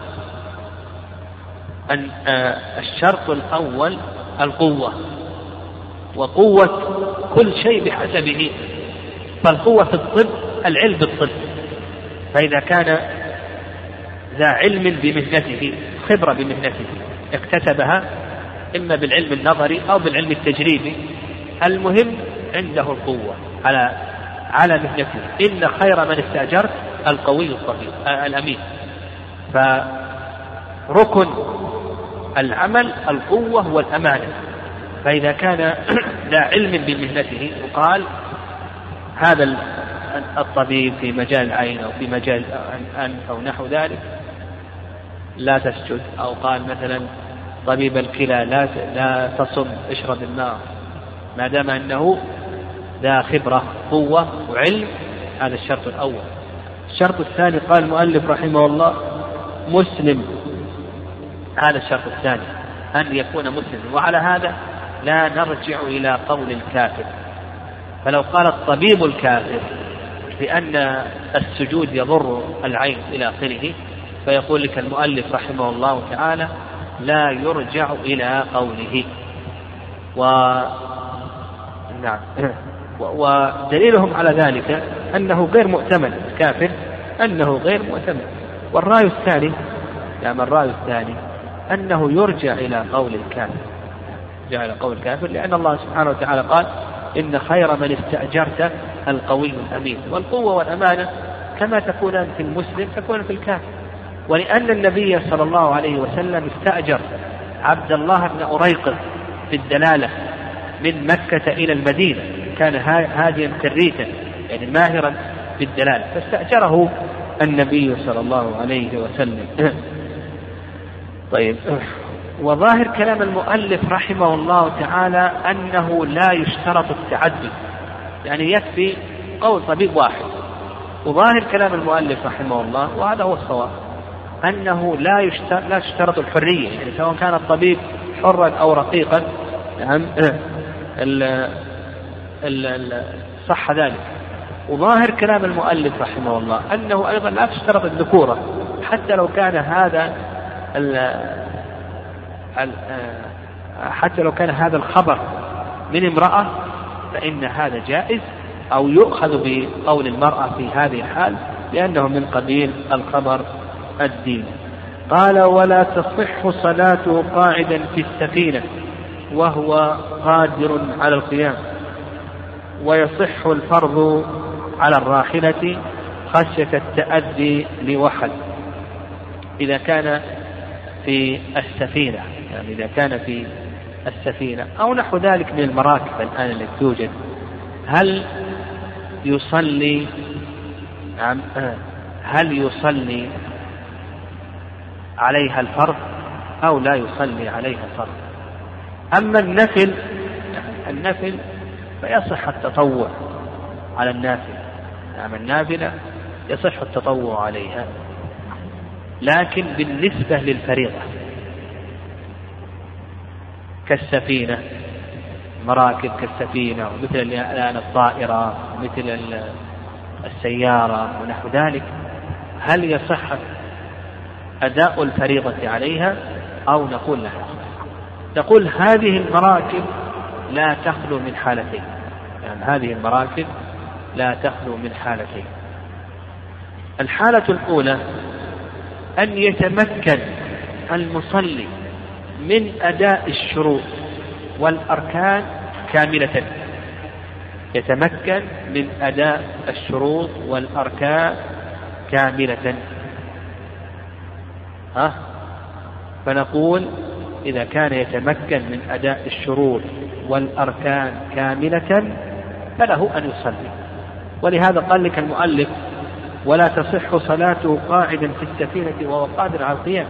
Speaker 2: أن الشرط الأول القوة، وقوة كل شيء بحسبه، فالقوة في الطب العلم بالطب، فإذا كان ذا علم بمهنته، خبرة بمهنته اكتسبها إما بالعلم النظري أو بالعلم التجريبي، المهم عنده القوة على على مهنته. إن خير من استأجرت القوي الطبيب الأمين. فركن العمل القوة والأمانة، فإذا كان ذا علم بمهنته وقال هذا الطبيب في مجال العين أو في مجال الأنف أو نحو ذلك لا تسجد، أو قال مثلا طبيب الكلى لا لا تصم اشرب الماء، ما دام أنه ذا خبرة قوة وعلم، هذا الشرط الأول. الشرط الثاني قال المؤلف رحمه الله: مسلم، هذا الشرط الثاني أن يكون مسلم. وعلى هذا لا نرجع إلى قول الكافر. فلو قال الطبيب الكافر بأن السجود يضر العين إلى آخره، فيقول لك المؤلف رحمه الله تعالى: لا يرجع إلى قوله. و... نعم. ودليلهم على ذلك أنه غير مؤتمن، الكافر أنه غير مؤتمن. والرأي الثاني، يعني الرأي الثاني أنه يرجع إلى قول الكافر، يرجع إلى قول الكافر، لأن الله سبحانه وتعالى قال: إن خير من استأجرت القوي الأمين. والقوة والأمانة كما تكون في المسلم تكون في الكافر. ولأن النبي صلى الله عليه وسلم استأجر عبد الله بن أريقط في الدلالة من مكة إلى المدينة، كان هاديا كريتا يعني ماهرا في الدلالة، فاستأجره النبي صلى الله عليه وسلم. طيب، وظاهر كلام المؤلف رحمه الله تعالى أنه لا يشترط التعدد، يعني يكفي قول طبيب واحد. وظاهر كلام المؤلف رحمه الله، وهذا هو الصواب، أنه لا يشترط, لا يشترط الحرية، يعني سواء كان الطبيب حرا أو رقيقا، نعم، صح ذلك. وظاهر كلام المؤلف رحمه الله أنه أيضا لا تشترط الذكورة، حتى لو كان هذا حتى لو كان هذا الخبر من امرأة فإن هذا جائز، أو يؤخذ بقول المرأة في هذه الحال لأنه من قبيل الخبر الدين. قال: ولا تصح صلاته قاعدا في السفينة وهو قادر على القيام، ويصح الفرض على الراحلة خشية التأذي لوحد إذا كان في السفينة، يعني إذا كان في السفينة أو نحو ذلك من المراكب الآن التي توجد. هل يصلي هل يصلي عليها الفرض أو لا يصلي عليها الفرض؟ أما النفل النفل فيصح التطوع على النافل، أما النافلة يصح التطوع عليها، لكن بالنسبة للفريضة كالسفينة، مراكب كالسفينة، ومثل الآن الطائرة ومثل السيارة ونحو ذلك، هل يصح أداء الفريضة عليها أو نقول لها؟ نقول هذه المراكب لا تخلو من حالتين، يعني هذه المراكب لا تخلو من حالتين. الحالة الأولى أن يتمكن المصلي من أداء الشروط والأركان كاملة، يتمكن من أداء الشروط والأركان كاملة. ها؟ فنقول إذا كان يتمكن من أداء الشروط والأركان كاملة فله أن يصلي. ولهذا قال لك المؤلف ولا تصح صلاته قاعدا في السفينة وهو قادر على القيام،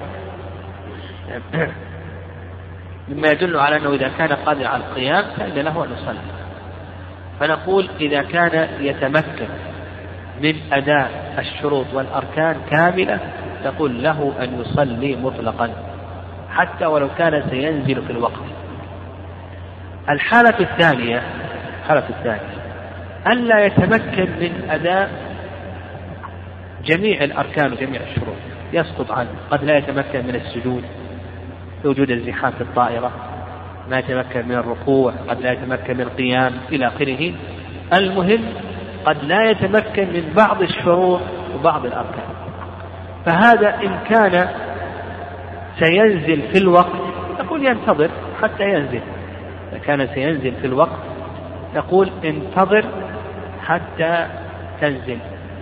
Speaker 2: مما يدل على أنه إذا كان قادر على القيام فإن له أن يصلي. فنقول إذا كان يتمكن من أداء الشروط والأركان كاملة تقول له أن يصلي مطلقا حتى ولو كان سينزل في الوقت. الحالة الثانية الحالة الثانية أن لا يتمكن من أداء جميع الأركان وجميع الشروط، يسقط عنه. قد لا يتمكن من السجود لوجود الزحام في الطائرة، ما يتمكن من الركوع، قد لا يتمكن من القيام إلى آخره. المهم قد لا يتمكن من بعض الشروط وبعض الأركان، فهذا إن كان سينزل في الوقت نقول ينتظر حتى ينزل. إذا كان سينزل في الوقت نقول انتظر حتى تنزل.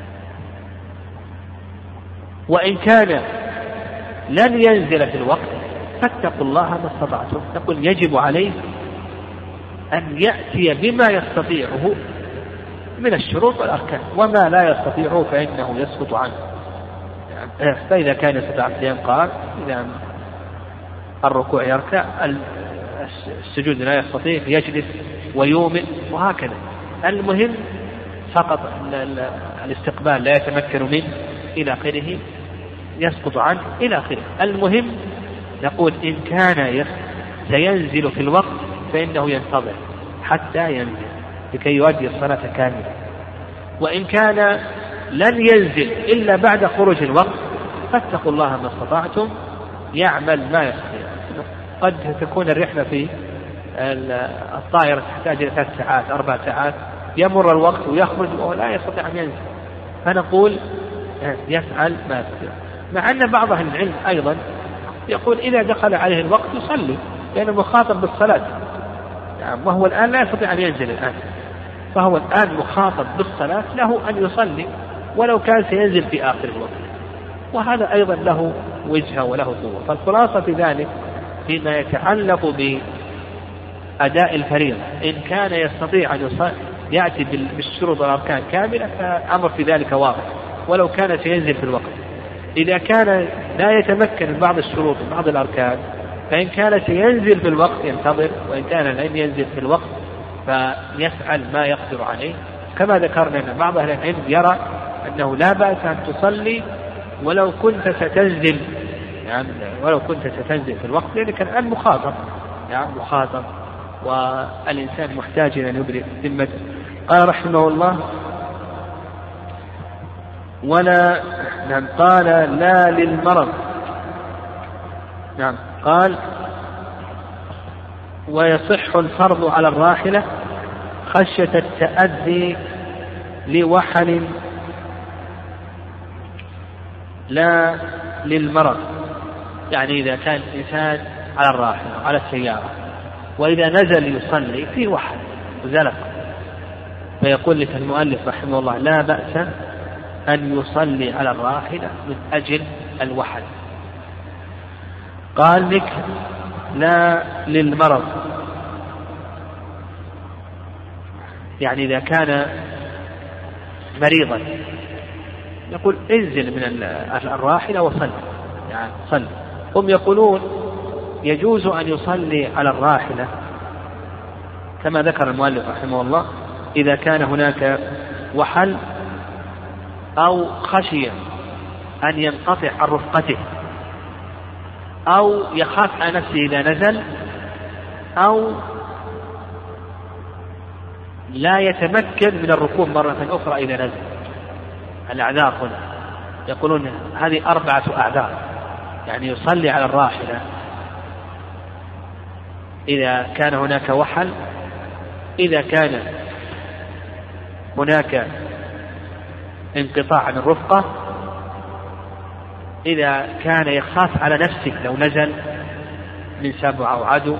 Speaker 2: وإن كان لن ينزل في الوقت فاتقوا الله ما استطعتم. نقول يجب عليه أن يأتي بما يستطيعه من الشروط والأركان، وما لا يستطيعه فإنه يسقط عنه. فإذا كان يستطيع القيام قام، إذا الركوع يركع، السجود لا يستطيع يجلس ويؤمن، وهكذا. المهم فقط الاستقبال لا يتمكن منه إلى آخره يسقط عنه إلى آخره. المهم نقول إن كان سينزل في الوقت فإنه ينتظر حتى ينزل لكي يؤدي الصلاة كاملة. وإن كان لن ينزل إلا بعد خروج الوقت فاتقوا الله ما استطعتم، يعمل ما يستطيع. قد تكون الرحلة في الطائرة تحتاج إلى ثلاث ساعات أربع ساعات، يمر الوقت ويخرج ولا يستطيع أن ينزل، فنقول يفعل ما يستطيع. مع أن بعض أهل العلم أيضا يقول إذا دخل عليه الوقت يصلي لأنه مخاطب بالصلاة، يعني وهو الآن لا يستطيع أن ينزل الآن، فهو الآن مخاطب بالصلاة، له أن يصلي ولو كان سينزل في آخر الوقت. وهذا أيضا له وجهة وله قوة. فالخلاصة في ذلك فيما يتعلق بأداء الفريضة إن كان يستطيع أن يأتي بالشروط والأركان كاملة فأمر في ذلك واضح ولو كان سينزل في الوقت. إذا كان لا يتمكن من بعض الشروط وبعض الأركان فإن كان سينزل في الوقت ينتظر، وإن كان لن ينزل في الوقت فيفعل ما يقدر عليه. كما ذكرنا أن بعض أهل العلم يرى أنه لا بأس أن تصلي ولو كنت ستنزل، يعني ولو كنت ستنزل في الوقت، لأنك الآن مخاطب، يعني مخاطب والإنسان محتاج أن يبرئ ذمته. قال رحمه الله ولا نعم قال لا للمرض. نعم قال ويصح الفرض على الراحلة خشية التأذي لوحل لا للمرض. يعني إذا كان الإنسان على الراحلة على السيارة وإذا نزل يصلي في وحل وزلق، فيقول لك المؤلف رحمه الله لا بأس أن يصلي على الراحلة من أجل الوحل. قال لك لا للمرض، يعني إذا كان مريضا يقول انزل من الراحلة وصل، يعني صل. هم يقولون يجوز أن يصلي على الراحلة كما ذكر المؤلف رحمه الله إذا كان هناك وحل أو خشية أن ينقطع عن رفقته أو يخاف على نفسه إذا نزل أو لا يتمكن من الركوب مرة أخرى إذا نزل. الأعذار هنا يقولون هذه أربعة أعذار، يعني يصلي على الراحلة إذا كان هناك وحل، إذا كان هناك انقطاع عن الرفقة، إذا كان يخاف على نفسه لو نزل من سبع أو عدو،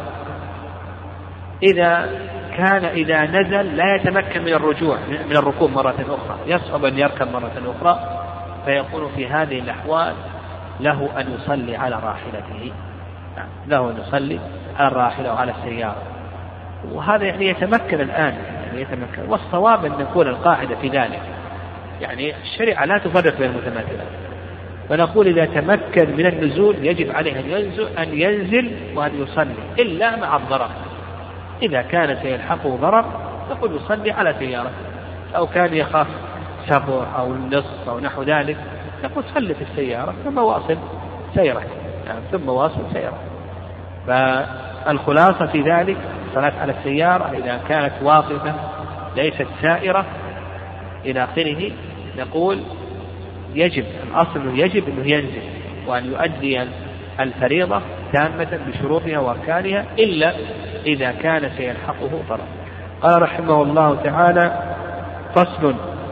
Speaker 2: إذا كان إذا نزل لا يتمكن من الرجوع من الركوب مرة أخرى، يصعب أن يركب مرة أخرى، فيكون في هذه الأحوال له أن يصلي على راحلته، له أن يصلي على الراحلة وعلى السيارة. وهذا يعني يتمكن الآن، يعني يتمكن. والصواب أن نقول القاعدة في ذلك، يعني الشريعة لا تفرق بين المتماثلات، فنقول إذا تمكن من النزول يجب عليه أن ينزل, أن ينزل وأن يصلي إلا مع الضرر. إذا كان سيلحقه ضرر نقول يصلي على سيارة، أو كان يخاف سفر أو النص أو نحو ذلك نقول صلي في السيارة ثم واصل سيرة، يعني ثم واصل سيرة. فالخلاصة في ذلك الصلاة على السيارة إذا كانت واقفة ليست سائرة إلى آخره نقول يجب، الأصل يجب أنه ينزل وأن يؤدي الفريضة تامة بشروطها وأركانها إلا إذا كان سيلحقه ضرر. قال رحمه الله تعالى: فصل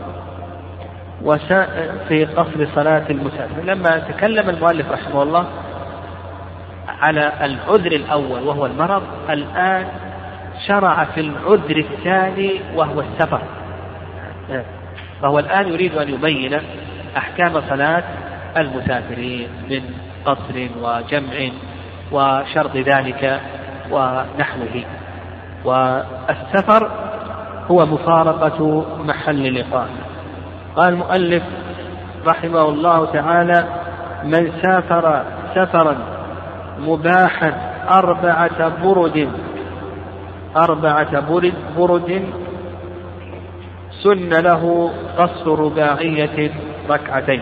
Speaker 2: في قصر صلاة المسافر. لما تكلم المؤلف رحمه الله على العذر الأول وهو المرض، الآن شرع في العذر الثاني وهو السفر. فهو الآن يريد أن يبين أحكام صلاة المسافرين من قصر وجمع وشرط ذلك ونحوه. والسفر هو مفارقة محل الإقامة. قال المؤلف رحمه الله تعالى: من سافر سفرا مباحا أربعة برد أربعة برد, برد سن له قصر رباعية ركعتين.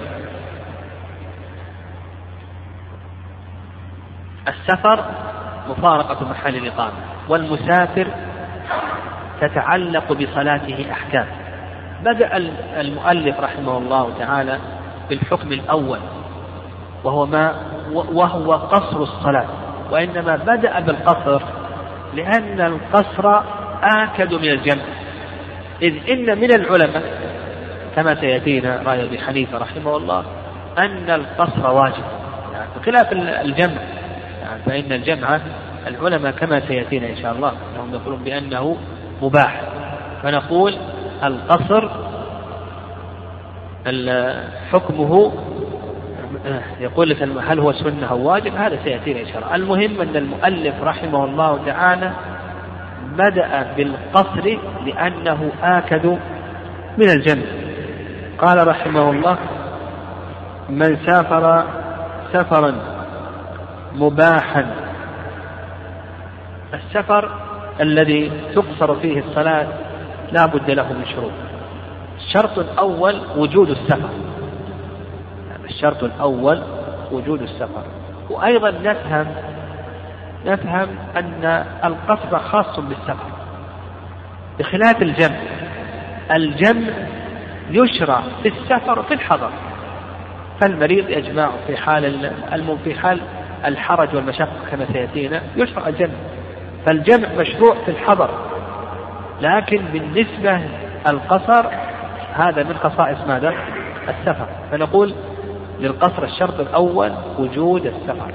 Speaker 2: السفر مفارقة محل الإقامة، والمسافر تتعلق بصلاته أحكام. بدأ المؤلف رحمه الله تعالى بالحكم الأول وهو ما وهو قصر الصلاة، وإنما بدأ بالقصر لأن القصر آكد من الجمع، إذ إن من العلماء كما سيأتينا رأي أبي حنيفة رحمه الله أن القصر واجب، يعني بخلاف الجمع، يعني فإن الجمع العلماء كما سيأتينا إن شاء الله أنهم يقولون بأنه مباح. فنقول القصر حكمه يقول لك هل هو سنة أو واجب، هذا سيأتينا إن شاء الله. المهم أن المؤلف رحمه الله تعالى بدأ بالقصر لأنه آكد من الجمع. قال رحمه الله: من سافر سفرا مباحا. السفر الذي تقصر فيه الصلاة لا بد له من شروط. الشرط الأول وجود السفر، الشرط الأول وجود السفر. وأيضا نفهم نفهم أن القصر خاص بالسفر بخلاف الجمع. الجمع يشرع في السفر وفي الحضر، فالمريض يجمع في حال في حال الحرج والمشقة كما سيأتينا يشرع الجمع، فالجمع مشروع في الحضر. لكن بالنسبة القصر هذا من خصائص ماذا؟ السفر. فنقول للقصر الشرط الأول وجود السفر.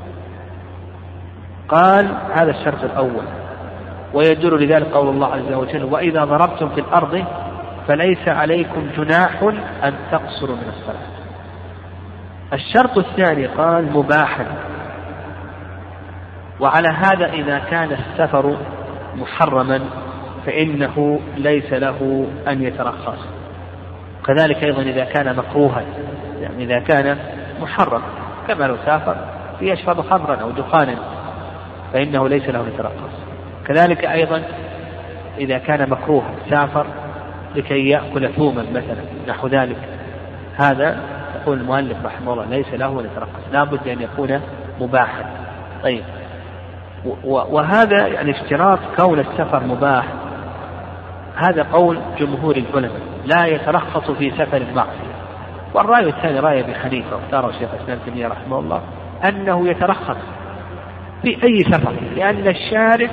Speaker 2: قال هذا الشرط الأول، ويدل لذلك قول الله عز وجل: وإذا ضربتم في الأرض فليس عليكم جناح أن تقصروا من الصلاة. الشرط الثاني قال مباحا، وعلى هذا إذا كان السفر محرما فإنه ليس له أن يترخص. كذلك أيضا إذا كان مكروها، يعني إذا كان محرم كما لو سافر يشرب خمرا أو دخانا فإنه ليس له أن يترخص. كذلك أيضا إذا كان مكروها سافر لكي يأكل ثوما مثلا نحو ذلك، هذا يقول المؤلف رحمه الله ليس له أن يترخص، لا بد أن يكون مباحا. طيب، وهذا يعني اشتراط كون السفر مباح، هذا قول جمهور العلماء، لا يترخص في سفر المعصية. والرأي الثاني رأي أبي حنيفة واختاره الشيخ الإسلام ابن تيمية رحمه الله أنه يترخص في أي سفر، لأن الشارع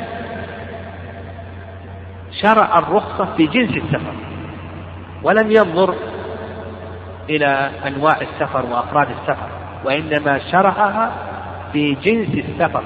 Speaker 2: شرع الرخصة في جنس السفر ولم ينظر إلى أنواع السفر وأفراد السفر، وإنما شرعها في جنس السفر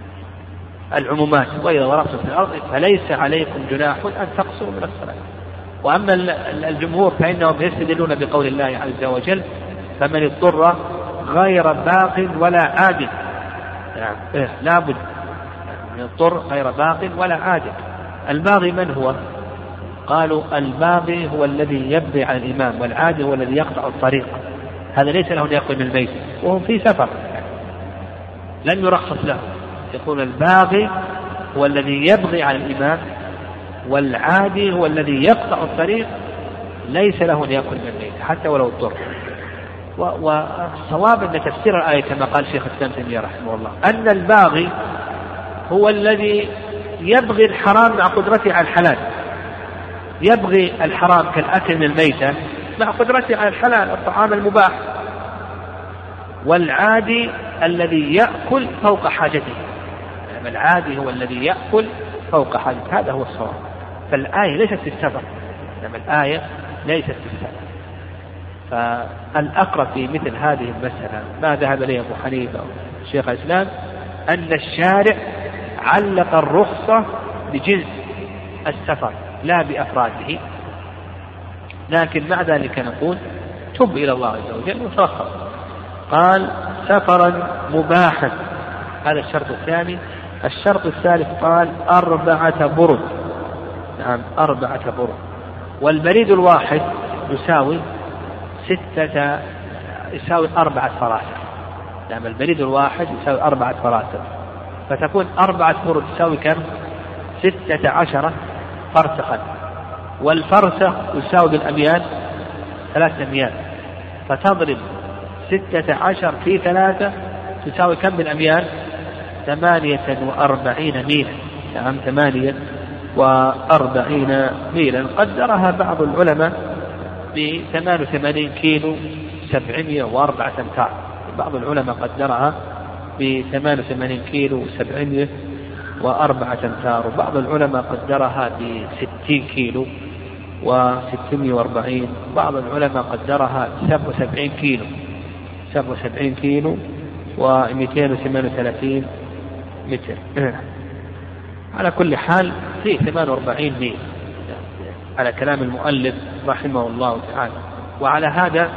Speaker 2: العمومات: وإذا ضربتم في الأرض فليس عليكم جناح أن تقصروا من الصلاة. وأما الجمهور فإنهم يستدلون بقول الله عز وجل فمن اضطر غير باق ولا عاد، يعني لا بد من اضطر غير باق ولا عاد. الباغي من هو؟ قالوا الباغي هو الذي يبغي على الإمام، والعادي هو الذي يقطع الطريق، هذا ليس له أن يأكل من البيت وهم في سفر لم يرخص له. يقول الباغي هو الذي يبغي على الإمام، والعادي هو الذي يقطع الطريق ليس له أن يأكل من البيت حتى ولو اضطر. والصواب أن تفسير الآية كما قال شيخ الإسلام ابن تيمية رحمه الله أن الباغي هو الذي يبغي الحرام مع قدرته على الحلال، يبغي الحرام كالأكل من الميتة مع قدرته على الحلال الطعام المباح، والعادي الذي يأكل فوق حاجته، يعني العادي هو الذي يأكل فوق حاجته، هذا هو الصواب. فالآية ليست في السفر، إنما الآية ليست في السفر. فالأقرب في مثل هذه المسألة ما ذهب إليه أبو حنيفة شيخ الإسلام أن الشارع علق الرخصة بجنس السفر لا بأفراده، لكن مع ذلك نقول تب إلى الله عز وجل وترخص. قال سفرا مباحا، هذا الشرط الثاني. الشرط الثالث قال أربعة برد، نعم أربعة برد، والبريد الواحد يساوي ستة يساوي أربعة فراسخ، نعم البريد الواحد يساوي أربعة فراسخ، فتكون أربعة برد تساوي كم؟ ستة عشر فرسخا، والفرسخ يساوي بالأميال ثلاثة أميال، فتضرب ستة عشر في ثلاثة تساوي كم بالأميال؟ ثمانية وأربعين ميلا، نعم ثمانية وأربعين ميلا. قدرها بعض العلماء بثمان وثمانين كيلو سبعمائة وأربعة أمتار، بعض العلماء قدرها بثمان وثمانين كيلو سبعمائة وأربعة أمتار، وبعض العلماء قدرها بستين كيلو وستمائة وأربعين، بعض العلماء قدرها بسبع وسبعين كيلو سبع وسبعين كيلو ومئتين وثمانية وثلاثين متر. على كل حال فيه ثمان وأربعين ميل على كلام المؤلف رحمه الله تعالى. وعلى هذا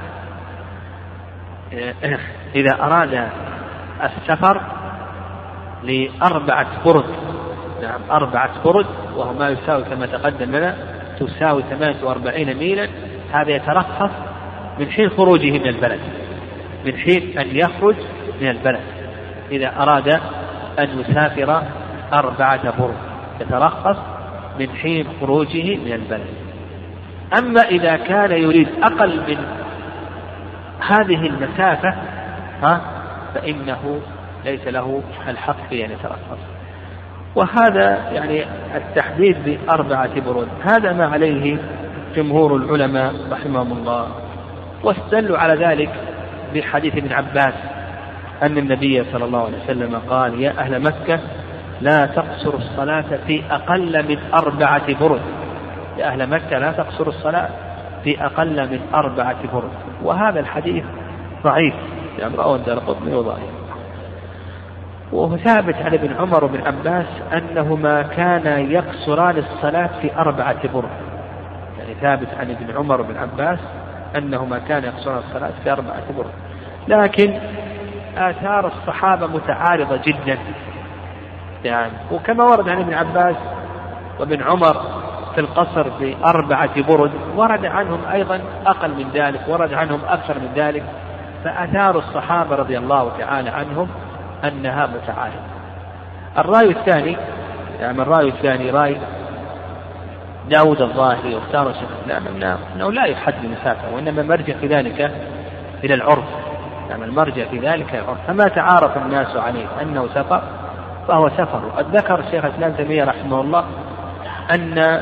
Speaker 2: إذا أراد السفر لأربعة برد، نعم أربعة برد وهو ما يساوي كما تقدم لنا تساوي ثمانية وأربعين ميلا، هذا يترخص من حين خروجه من البلد، من حين أن يخرج من البلد إذا أراد أن يسافر أربعة برد يترخص من حين خروجه من البلد. أما إذا كان يريد أقل من هذه المسافة ها فإنه ليس له الحق في أن يترخص. وهذا يعني التحديد بأربعة برود هذا ما عليه جمهور العلماء رحمهم الله، واستدلوا على ذلك بحديث ابن عباس أن النبي صلى الله عليه وسلم قال يا أهل مكة لا تقصر الصلاة في أقل من أربعة برد، يا أهل مكة لا تقصر الصلاة في أقل من أربعة برد. وهذا الحديث ضعيف يعني رواه الدارقطني وضعيف. وهو ثابت عن ابن عمر وابن عباس أنهما كانا يقصران الصلاة في أربعة برد، يعني ثابت عن ابن عمر وابن عباس أنهما كانا يقصران الصلاة في أربعة برد. لكن آثار الصحابة متعارضة جدا يعني، وكما ورد عن ابن عباس وابن عمر في القصر بأربعة برد ورد عنهم أيضا أقل من ذلك، ورد عنهم أكثر من ذلك. فآثار الصحابة رضي الله تعالى عنهم أنها متعارضة. الرأي الثاني يعني الرأي الثاني رأي داود الظاهري واختار شيخ الإسلام أنه لا يحد المسافة، وإنما مرجع في ذلك إلى العرف، يعني المرجع في ذلك العرف، فما تعارف الناس عليه أنه سفر فهو سفر. وقد ذكر الشيخ الإسلام تيمية رحمه الله أن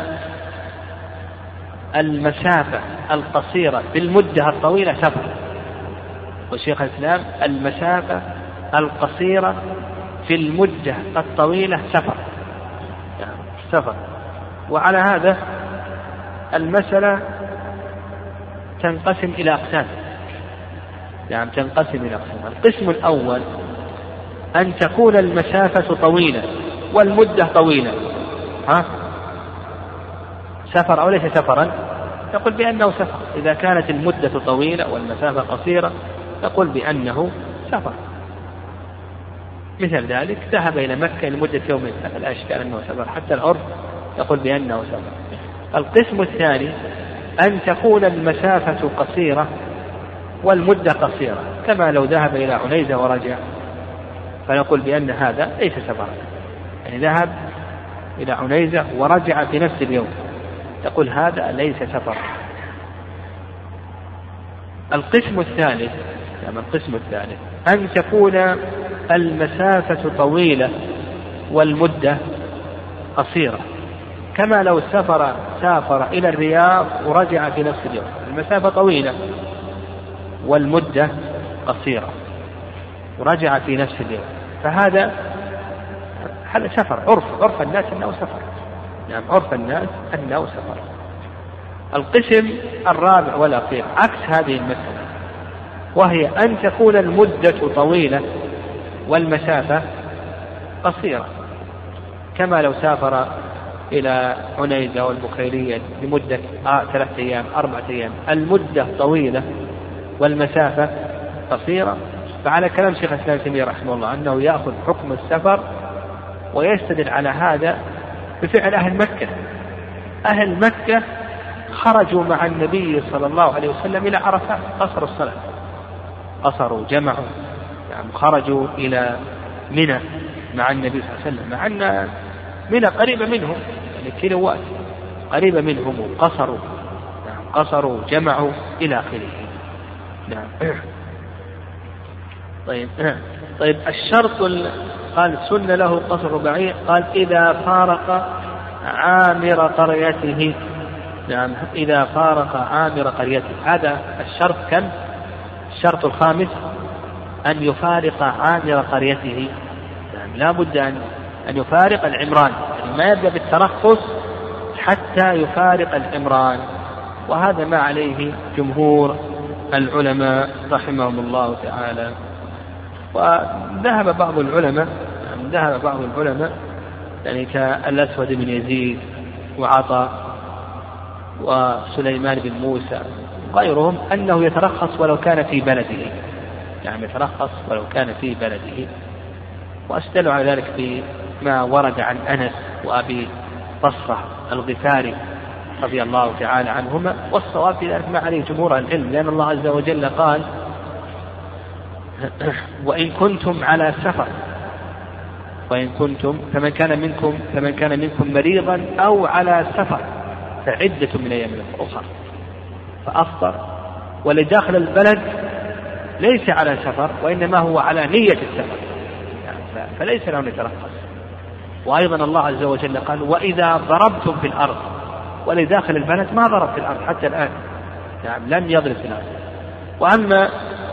Speaker 2: المسافة القصيرة بالمدة الطويلة سفر، والشيخ الإسلام المسافة القصيرة في المدة الطويلة سفر يعني سفر. وعلى هذا المسألة تنقسم إلى أقسام، يعني تنقسم إلى أقسام. القسم الأول أن تكون المسافة طويلة والمدة طويلة، ها سفر أو ليس سفرا؟ نقول بأنه سفر. إذا كانت المدة طويلة والمسافة قصيرة نقول بأنه سفر. مثل ذلك ذهب إلى مكة لمدة يومين، لا إشكال أنه سفر، حتى العرف يقول بأنه سفر. القسم الثاني أن تكون المسافة قصيرة والمدة قصيرة، كما لو ذهب إلى عنيزة ورجع، فنقول بأن هذا ليس سفرا، يعني ذهب إلى عنيزة ورجع في نفس اليوم، تقول هذا ليس سفرا. القسم الثالث يعني القسم الثالث أن تكون المسافة طويلة والمدة قصيرة، كما لو سافر سافر إلى الرياض ورجع في نفس اليوم، المسافة طويلة والمدة قصيرة ورجع في نفس اليوم، فهذا هذا سفر، عرف عرف الناس أنه سفر، نعم عرف الناس أنه سفر. القسم الرابع والأخير عكس هذه المسألة، وهي أن تكون المدة طويلة والمسافة قصيرة، كما لو سافر إلى عنيزة والبخيرية لمدة ثلاثة أيام أربعة أيام، المدة طويلة والمسافة قصيرة، فعلى كلام شيخ الإسلام ابن تيمية رحمه الله أنه يأخذ حكم السفر ويستدل على هذا بفعل أهل مكة. أهل مكة خرجوا مع النبي صلى الله عليه وسلم إلى عرفات، قصروا الصلاة، قصروا جمعوا، يعني خرجوا إلى منى مع النبي صلى الله عليه وسلم، مع أن منى قريبة منهم يعني كيلوات قريبة منهم، وقصروا يعني قصروا جمعوا إلى آخره. نعم. طيب طيب الشرط قال سن له قصر بعير، قال إذا فارق عامر قريته. نعم إذا فارق عامر قريته، هذا الشرط كم؟ الشرط الخامس أن يفارق عامر قريته، يعني لا بد أن أن يفارق العمران، يعني ما يبدأ بالترخص حتى يفارق العمران، وهذا ما عليه جمهور العلماء رحمهم الله تعالى. وذهب بعض العلماء يعني ذهب بعض العلماء يعني كالأسود بن يزيد وعطاء وسليمان بن موسى غيرهم أنه يترخص ولو كان في بلده، يعني يترخص ولو كان في بلده، وأستدلوا على ذلك بما ورد عن أنس وأبي بصرة الغفاري رضي الله تعالى عنهما، والصواب في ذلك ما عليه جمهور العلم، لأن الله عز وجل قال وإن كنتم على سفر، وإن كنتم فمن كان منكم فمن كان منكم مريضا أو على سفر فعدة من أيام أخرى، فأفطر. ولداخل البلد ليس على سفر وإنما هو على نية السفر، يعني فليس له يترخص. وأيضا الله عز وجل قال وإذا ضربتم في الأرض، ولداخل البلد ما ضرب في الأرض حتى الآن، يعني لم يضرب في الأرض. وأما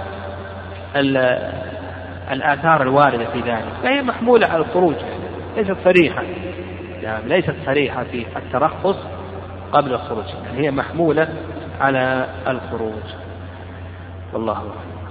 Speaker 2: الآثار الواردة في ذلك فهي محمولة على الخروج، ليست صريحة، يعني ليست صريحة في الترخص قبل الخروج، يعني هي محمولة على الخروج. والله أعلم.